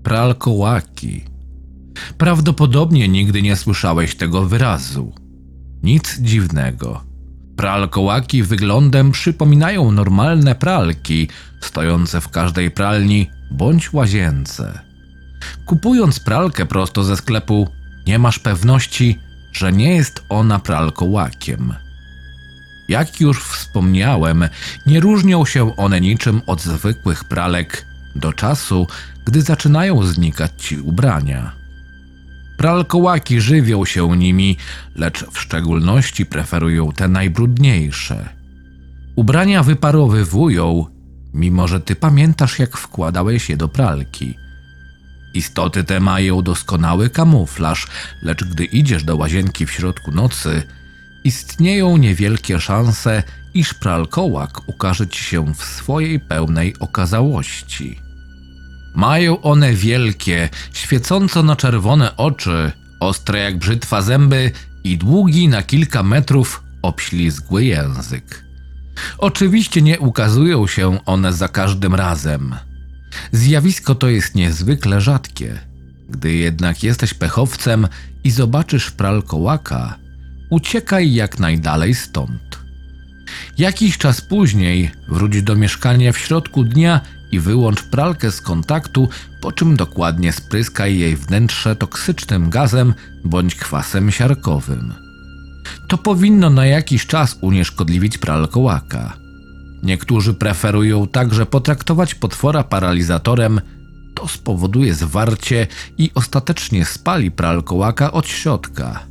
Pralkołaki. Prawdopodobnie nigdy nie słyszałeś tego wyrazu. Nic dziwnego. Pralkołaki wyglądem przypominają normalne pralki stojące w każdej pralni bądź łazience. Kupując pralkę prosto ze sklepu, nie masz pewności, że nie jest ona pralkołakiem. Jak już wspomniałem, nie różnią się one niczym od zwykłych pralek do czasu, gdy zaczynają znikać ci ubrania. Pralkołaki żywią się nimi, lecz w szczególności preferują te najbrudniejsze. Ubrania wyparowywują, mimo że ty pamiętasz, jak wkładałeś je do pralki. Istoty te mają doskonały kamuflaż, lecz gdy idziesz do łazienki w środku nocy, istnieją niewielkie szanse, iż pralkołak ukaże ci się w swojej pełnej okazałości. Mają one wielkie, świecąco na czerwone oczy, ostre jak brzytwa zęby i długi na kilka metrów obślizgły język. Oczywiście nie ukazują się one za każdym razem. Zjawisko to jest niezwykle rzadkie. Gdy jednak jesteś pechowcem i zobaczysz pralkołaka, uciekaj jak najdalej stąd. Jakiś czas później wróć do mieszkania w środku dnia i wyłącz pralkę z kontaktu, po czym dokładnie spryskaj jej wnętrze toksycznym gazem bądź kwasem siarkowym. To powinno na jakiś czas unieszkodliwić pralkołaka. Niektórzy preferują także potraktować potwora paralizatorem. To spowoduje zwarcie i ostatecznie spali pralkołaka od środka.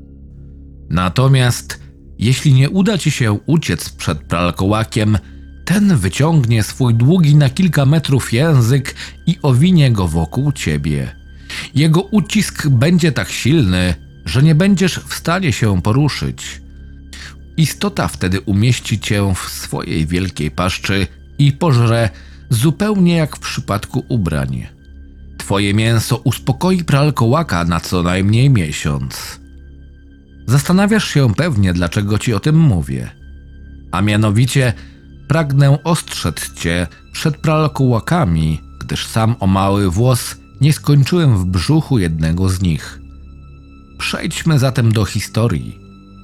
Natomiast jeśli nie uda ci się uciec przed pralkołakiem, ten wyciągnie swój długi na kilka metrów język i owinie go wokół ciebie. Jego ucisk będzie tak silny, że nie będziesz w stanie się poruszyć. Istota wtedy umieści cię w swojej wielkiej paszczy i pożre, zupełnie jak w przypadku ubrań. Twoje mięso uspokoi pralkołaka na co najmniej miesiąc. Zastanawiasz się pewnie, dlaczego ci o tym mówię. A mianowicie pragnę ostrzec cię przed pralkołakami, gdyż sam o mały włos nie skończyłem w brzuchu jednego z nich. Przejdźmy zatem do historii.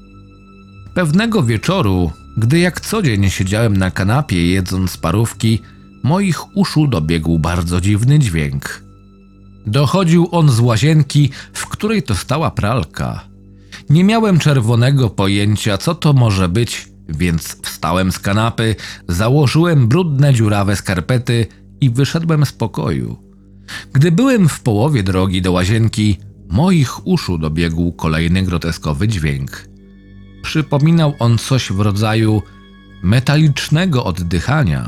Pewnego wieczoru, gdy jak co dzień siedziałem na kanapie jedząc parówki, moich uszu dobiegł bardzo dziwny dźwięk. Dochodził on z łazienki, w której to stała pralka. Nie miałem czerwonego pojęcia, co to może być, więc wstałem z kanapy, założyłem brudne, dziurawe skarpety i wyszedłem z pokoju. Gdy byłem w połowie drogi do łazienki, moich uszu dobiegł kolejny groteskowy dźwięk. Przypominał on coś w rodzaju metalicznego oddychania.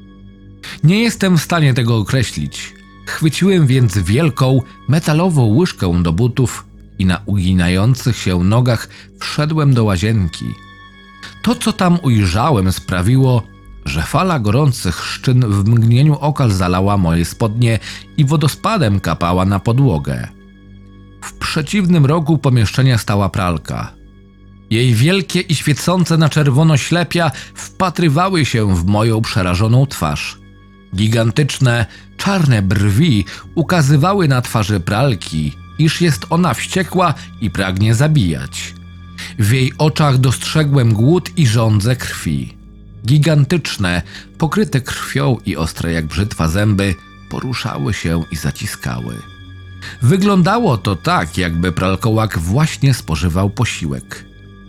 Nie jestem w stanie tego określić. Chwyciłem więc wielką, metalową łyżkę do butów i na uginających się nogach wszedłem do łazienki. To, co tam ujrzałem, sprawiło, że fala gorących szczyn w mgnieniu oka zalała moje spodnie i wodospadem kapała na podłogę. W przeciwnym rogu pomieszczenia stała pralka. Jej wielkie i świecące na czerwono ślepia wpatrywały się w moją przerażoną twarz. Gigantyczne, czarne brwi ukazywały na twarzy pralki, iż jest ona wściekła i pragnie zabijać. W jej oczach dostrzegłem głód i żądzę krwi. Gigantyczne, pokryte krwią i ostre jak brzytwa zęby poruszały się i zaciskały. Wyglądało to tak, jakby pralkołak właśnie spożywał posiłek.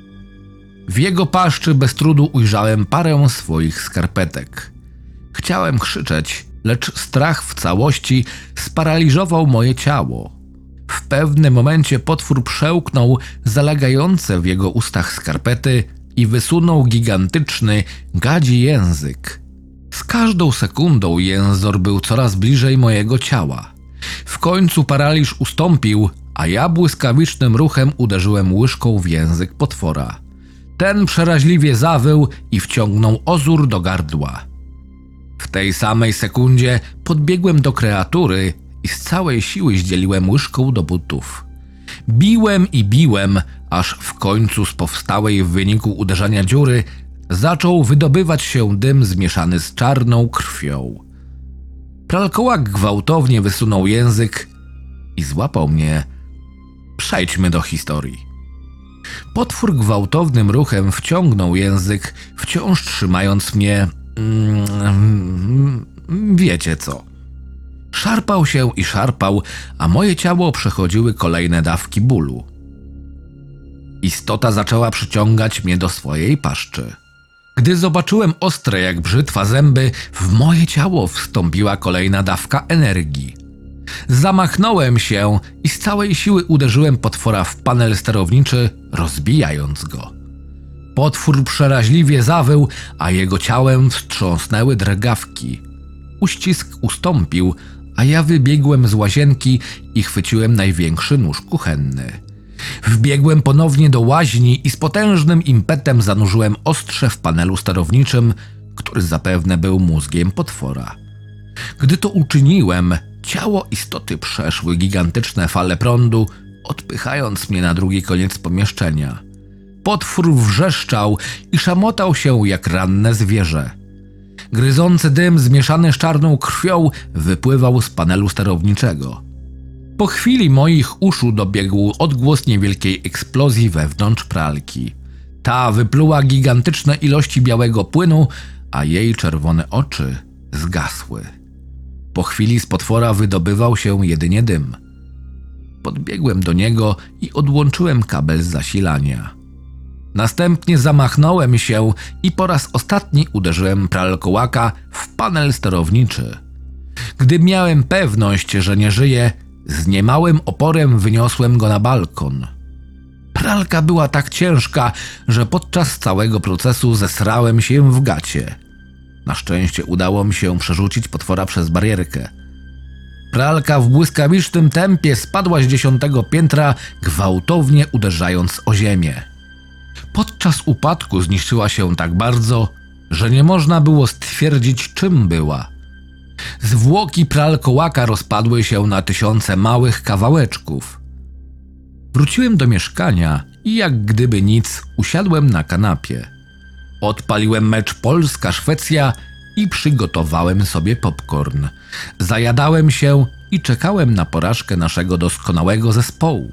W jego paszczy bez trudu ujrzałem parę swoich skarpetek. Chciałem krzyczeć, lecz strach w całości sparaliżował moje ciało. W pewnym momencie potwór przełknął zalegające w jego ustach skarpety i wysunął gigantyczny, gadzi język. Z każdą sekundą jęzor był coraz bliżej mojego ciała. W końcu paraliż ustąpił, a ja błyskawicznym ruchem uderzyłem łyżką w język potwora. Ten przeraźliwie zawył i wciągnął ozór do gardła. W tej samej sekundzie podbiegłem do kreatury i z całej siły zdzieliłem łyżką do butów. Biłem i biłem, aż w końcu z powstałej w wyniku uderzenia dziury zaczął wydobywać się dym zmieszany z czarną krwią. Pralkołak gwałtownie wysunął język i złapał mnie. Przejdźmy do historii. Potwór gwałtownym ruchem wciągnął język, wciąż trzymając mnie... wiecie co. Szarpał się i szarpał, a moje ciało przechodziły kolejne dawki bólu. Istota zaczęła przyciągać mnie do swojej paszczy. Gdy zobaczyłem ostre jak brzytwa zęby, w moje ciało wstąpiła kolejna dawka energii. Zamachnąłem się i z całej siły uderzyłem potwora w panel sterowniczy, rozbijając go. Potwór przeraźliwie zawył, a jego ciałem wstrząsnęły drgawki. Uścisk ustąpił, a ja wybiegłem z łazienki i chwyciłem największy nóż kuchenny. Wbiegłem ponownie do łaźni i z potężnym impetem zanurzyłem ostrze w panelu sterowniczym, który zapewne był mózgiem potwora. Gdy to uczyniłem, ciało istoty przeszły gigantyczne fale prądu, odpychając mnie na drugi koniec pomieszczenia. Potwór wrzeszczał i szamotał się jak ranne zwierzę. Gryzący dym zmieszany z czarną krwią wypływał z panelu sterowniczego. Po chwili moich uszu dobiegł odgłos niewielkiej eksplozji wewnątrz pralki. Ta wypluła gigantyczne ilości białego płynu, a jej czerwone oczy zgasły. Po chwili z potwora wydobywał się jedynie dym. Podbiegłem do niego i odłączyłem kabel z zasilania. Następnie zamachnąłem się i po raz ostatni uderzyłem pralkołaka w panel sterowniczy. Gdy miałem pewność, że nie żyje, z niemałym oporem wyniosłem go na balkon. Pralka była tak ciężka, że podczas całego procesu zesrałem się w gacie. Na szczęście udało mi się przerzucić potwora przez barierkę. Pralka w błyskawicznym tempie spadła z 10. piętra, gwałtownie uderzając o ziemię. Podczas upadku zniszczyła się tak bardzo, że nie można było stwierdzić, czym była. Zwłoki pralkołaka rozpadły się na tysiące małych kawałeczków. Wróciłem do mieszkania i jak gdyby nic usiadłem na kanapie. Odpaliłem mecz Polska-Szwecja i przygotowałem sobie popcorn. Zajadałem się i czekałem na porażkę naszego doskonałego zespołu.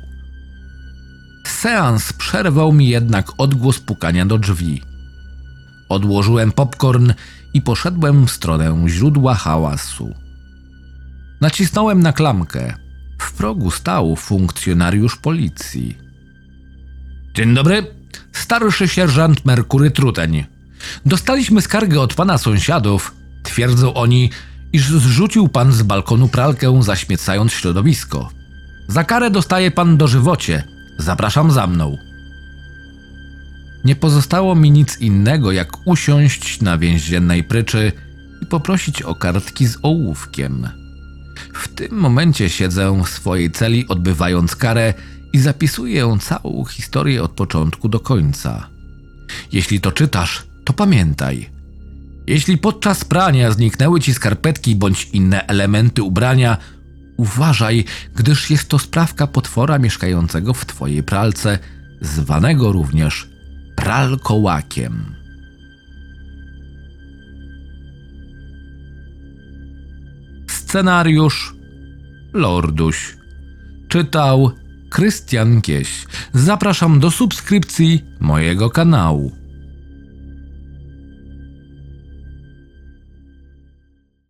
Seans przerwał mi jednak odgłos pukania do drzwi. Odłożyłem popcorn i poszedłem w stronę źródła hałasu. Nacisnąłem na klamkę. W progu stał funkcjonariusz policji. Dzień dobry, starszy sierżant Merkury Truteń. Dostaliśmy skargę od pana sąsiadów. Twierdzą oni, iż zrzucił pan z balkonu pralkę, zaśmiecając środowisko. Za karę dostaje pan dożywocie. Zapraszam za mną. Nie pozostało mi nic innego, jak usiąść na więziennej pryczy i poprosić o kartki z ołówkiem. W tym momencie siedzę w swojej celi, odbywając karę i zapisuję całą historię od początku do końca. Jeśli to czytasz, to pamiętaj. Jeśli podczas prania zniknęły ci skarpetki bądź inne elementy ubrania, uważaj, gdyż jest to sprawka potwora mieszkającego w twojej pralce, zwanego również pralkołakiem. Scenariusz Lorduś. Czytał Krystian Kieś. Zapraszam do subskrypcji mojego kanału.